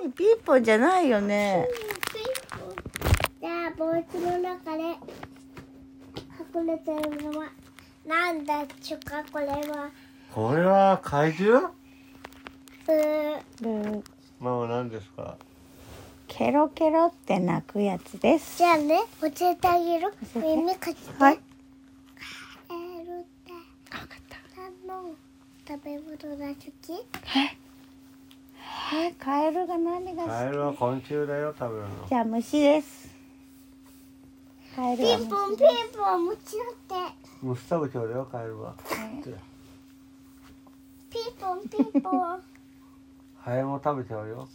何ピンポンじゃないよね。 じゃあ帽子の中で隠れてるのはなんだっちゅうか。これはこれは怪獣？ママ何ですか？ ケロケロって鳴くやつです。 じゃあね、教えてあげる。 教えて耳かじって。 はい。 カエルってわかった。 何の食べ物が好き？ カエルが何がカエルは昆虫だよ、食べるの。 じゃあ虫です。カエルはピンポン虫ピンポン、虫だって。 虫食べちゃうよ、カエルは。 ピンポンピンポン。 ハエも食べちゃうよ。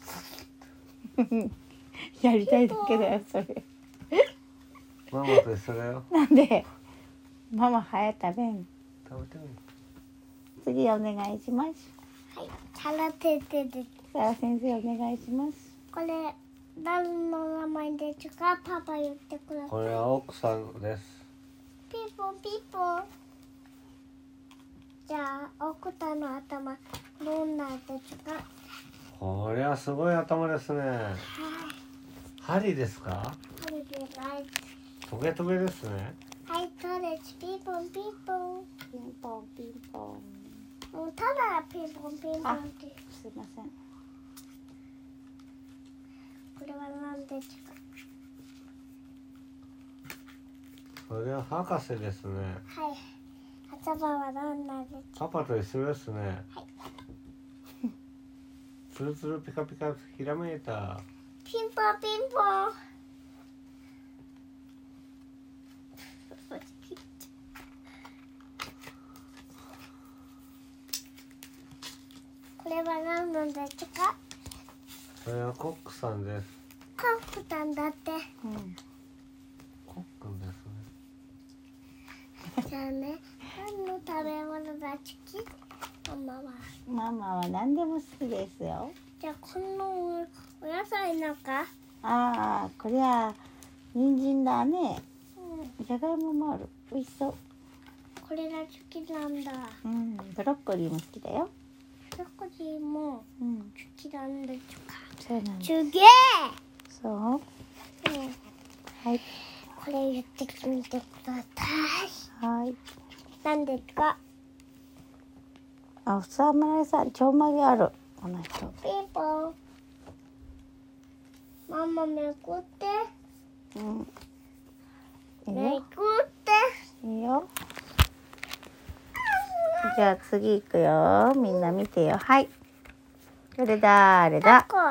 やりたいだけだよそれ。 ママと一緒だよ。 なんでママハエ食べん。 食べてみ。 次お願いします。 はい、腹ててで。 さあ先生お願いします。 これ何の名前でちゅか、パパ言ってください。 これは奥さんです。 ピンポンピンポン。じゃあ奥さんの頭どんなでちゅか。 これはすごい頭ですね。 はい。 針ですか？ これでない。 トゲトゲですね。 はい、そうです。ピンポンピンポン。 ピンポンピンポン。 もうただピンポンピンポンって。 すいません。 これは何でちゅか。 それは博士ですね。 はい。頭は何なんでちゅか。 パパと一緒ですね。ツルツルピカピカひらめいた。 ピンポンピンポン。これは何なんでちゅか。 それはコックさんです。 コックさんだって。 うん。 コックンですね。 じゃあね、何の食べ物が好き？ママは。 ママは何でも好きですよ。 じゃあこのお野菜なんか。 ああ、これは人参だね。 うん。 じゃがいももある。美味しそう。 これが好きなんだ。 うん。ブロッコリーも好きだよ。 ブロッコリーもうん。 好きなんだちゅか。 そうなんだ。 すげえ。 そう。 うん。 はい。 これ言ってみてください。 はい。 何ですか？ あ、お侍さん、ちょんまげある。この人。 ピンポン。ママめくって。 うん。いいめよ。 くって。 いいよ。じゃあ次行くよ。みんな見てよ。はい。これ誰だ？ こ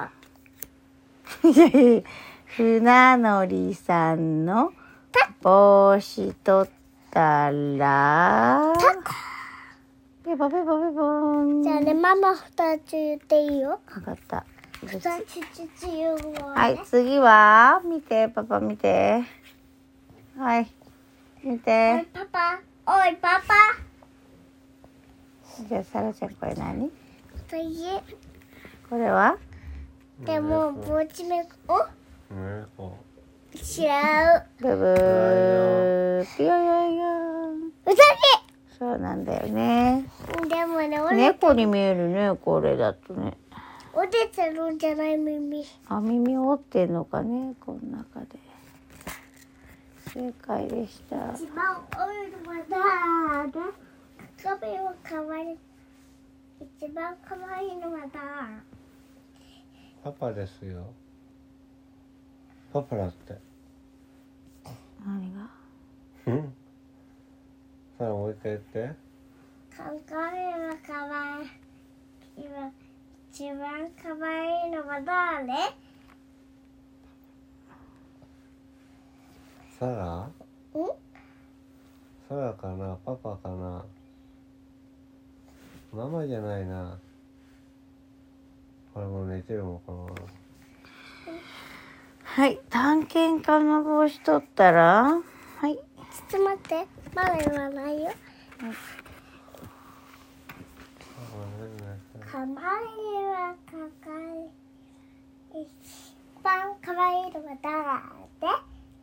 船乗りさんの帽子取ったら。ペポペポペポン。 じゃあね、ママ二つ言っていいよ。 わかった。 二つずつ言うわ、ね。 はい、次は見て、パパ見て。はい、見おいて。 パパ。おいパパ。 じゃあ、サラちゃんこれ何？ と言え。 これは？ でも帽子めく。お？ 猫。 違う。 ブブー。ピヨヨヨ。 うさそうなんだよね。 ぎ。でもね、 猫に見えるね、これだとね。 折れてるんじゃない耳。 あ、耳折ってんのかね、この中で。正解でした。 一番多いのは誰？髪はかわいい。一番かわいいのは誰？ パパですよ。パパだって。 何が？ うん。さあもう一回言って。 髪はかわいい。一番かわいいのは誰？ サラ？ うん？ サラかな？パパかな？ママじゃないな。これもう寝てるもんかな。 はい、探検家の帽子取ったら、はい。 ちょっと待って。まだ言わないよ。かわいいはかわいい。一番かわいいのは誰？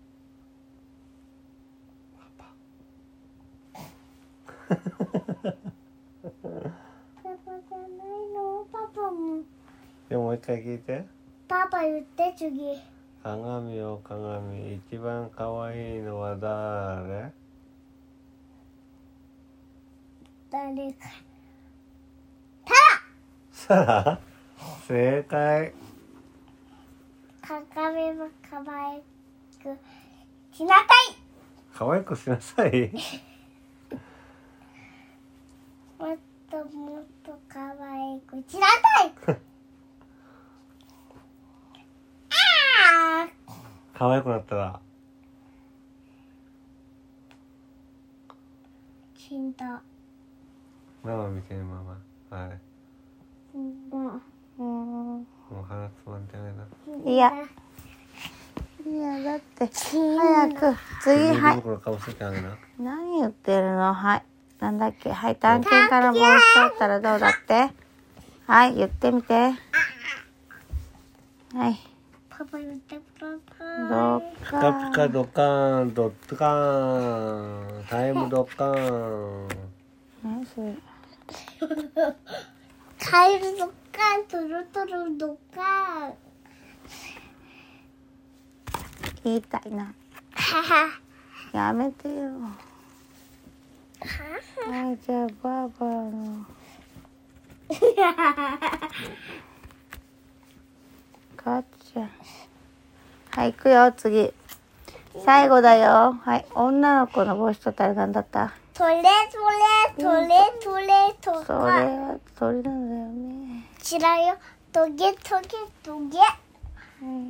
パパじゃないの？パパも。 でももう一回聞いて。 パパ言って次。 鏡よ鏡、一番可愛いのは誰？ 誰か。 さあ、正解。 鏡も可愛くしなさい。 可愛くしなさい。 もっともっと可愛くしなさい。あー。 可愛くなったら。 死んだ。 ママ見てるママ。はい。 死んだ。 うん。 もう鼻つまんでないな。 いやいやだって早く次はい。 ビニール袋かぶせてあげな。 何言ってるの？はい。なんだっけ？はい。探検から帽子取ったらどうだって？はい。言ってみて。はい。 パパ言ってくだどさい。 っピカピカドカーン、ドットカーン、タイムドカーン。 何それ？ カエルドッカン、トロトロドッカン。 言いたいな。 はは。 やめてよ。はい。じゃあバーバーの母ちゃん。はい。行くよ次。最後だよ。はい。女の子の帽子取ったら何だった？ トレトレトレトレとそれか。 は鳥なんだよね。 違うよ。トゲトゲトゲ。 はいね。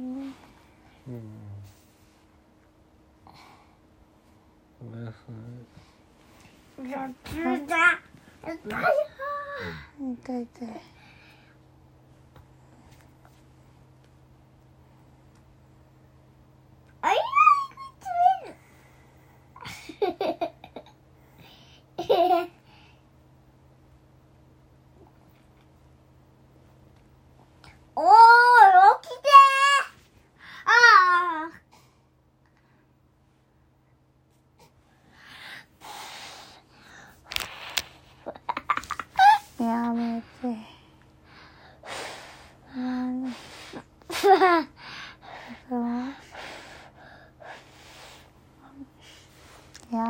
ごめんなさい。 ラクダ。 痛い痛い。 あいやい、おーい、起きてー。あやめて。なんあ。 そうや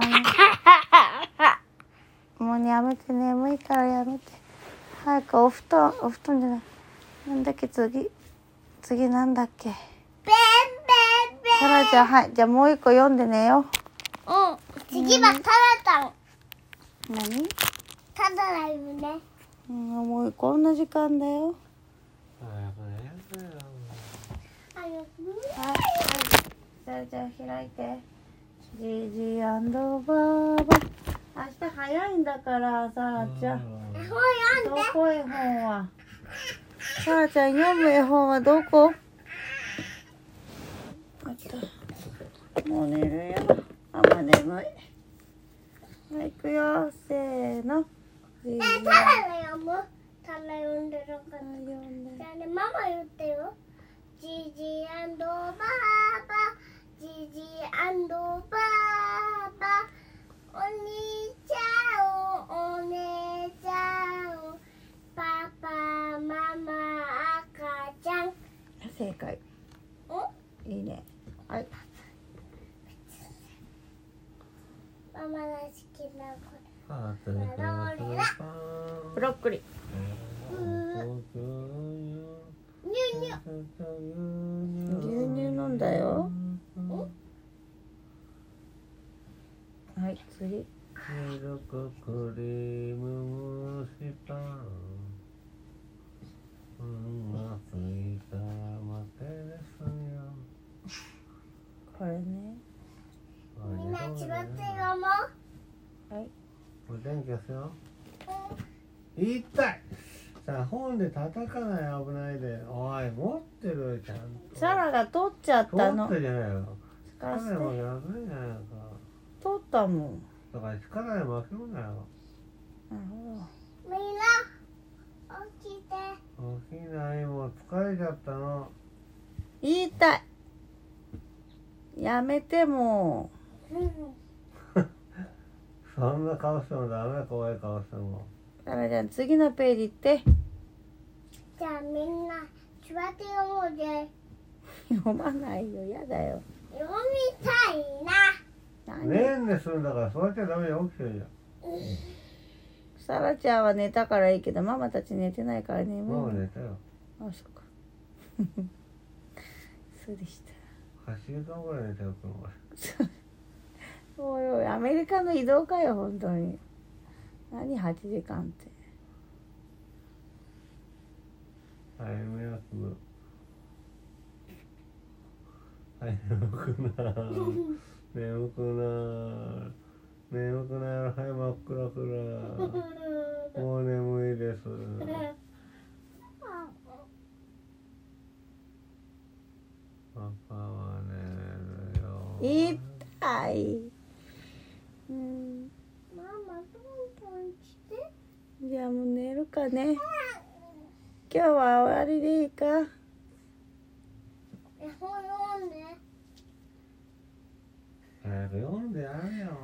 めもうやめて、眠いからやめて。早くお布団じゃない。なんだっけ次なんだっけ。 べんべんべん。 さらちゃん、はい。じゃあもう一個読んで寝ようん。次はタラタン。 う。何？ タダライブね。 もうこんな時間だよ。 早く寝よ。 あの、 はい。さらちゃん開いて。ジージー&バーバ。明日早いんだからさらちゃん。 本読どんで。 こ絵本は？さらちゃん読む絵本はどこ？あったもう寝るよ。あんま眠い。はい、行くよ。せーの。 タラ読む。タラ読んでるから。 読んで。 じゃあね、ママ言ってよ。ジジイ&バーバ。ジジイ&バーバ。お兄ちゃん、お姉ちゃん。パパ、ママ、赤ちゃん。 正解。いいね。はい。 ママの好きな子。 あーブロッコリー。 ニューニュー。 牛乳飲んだよ。はい、次。 ミルククリーム蒸しパン。がついたまでですよ。 これね。 みんな違って読もう。 はい。 これ電気ですよ。痛い。さあ本で叩かない危ないで。おい持ってるちゃんと。 サラが取っちゃったの。 取ってじゃないよ。 貸して。 力で負けなさいじゃないか。 取ったもん。 だから力で負けるなよ。 なるほみんな起きて。 起きないもう疲れちゃったの。 ど。言いたい。やめてもそんな顔してもダメ。怖い顔しても。 う。サラちゃん次のページ行って。 じゃあみんな座って読もうぜ。 読まないよ、やだよ。 読みたいな。 何？ ねんねするんだから座っちゃダメよ。起きてるじゃん。 サラちゃんは寝たからいいけど、ママたち寝てないから眠いの。 もう寝たよ。 あ、そっか。そうでした。 8時間ぐらい寝たよ、この前。 おいおい、アメリカの移動かよ、本当に。何8時間って。 はい、迷惑。はい、眠くなる。眠くなる。眠くなる。はい、真っ暗暗。もう眠いです。パパは寝るよ。 痛い。うん。 ママトントンして。 じゃあもう寝るかね。今日は終わりでいいか。 絵本読んで。 早く読んでやれよ。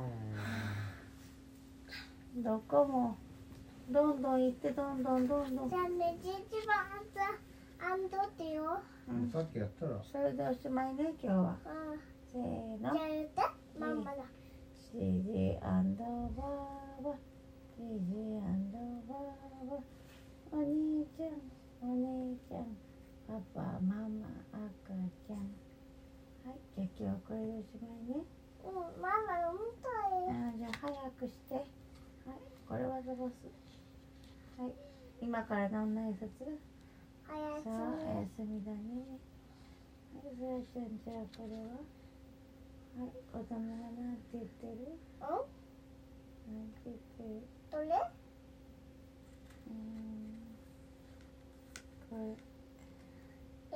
どこもどんどん行ってどんどん。 じゃあね、11番さ、ってよ。 さっきやったら。 それでおしまいね、今日は。せーの。 じゃあ言って、ママだ。 ジジバーバ、ジジバーバ、お兄ちゃん、お姉ちゃん、パパ、ママ、赤ちゃん。はい、じゃあ今日はこれでおしまいね。 ママ読みたい。 じゃあ早くして。はい、これは飛ばす。はい、今からどんな挨拶？さあ、おやすみだね。はい、そらちゃん、じゃあこれは？はい、子供がなんて言ってる？なんて言ってる？ どれ？ これ。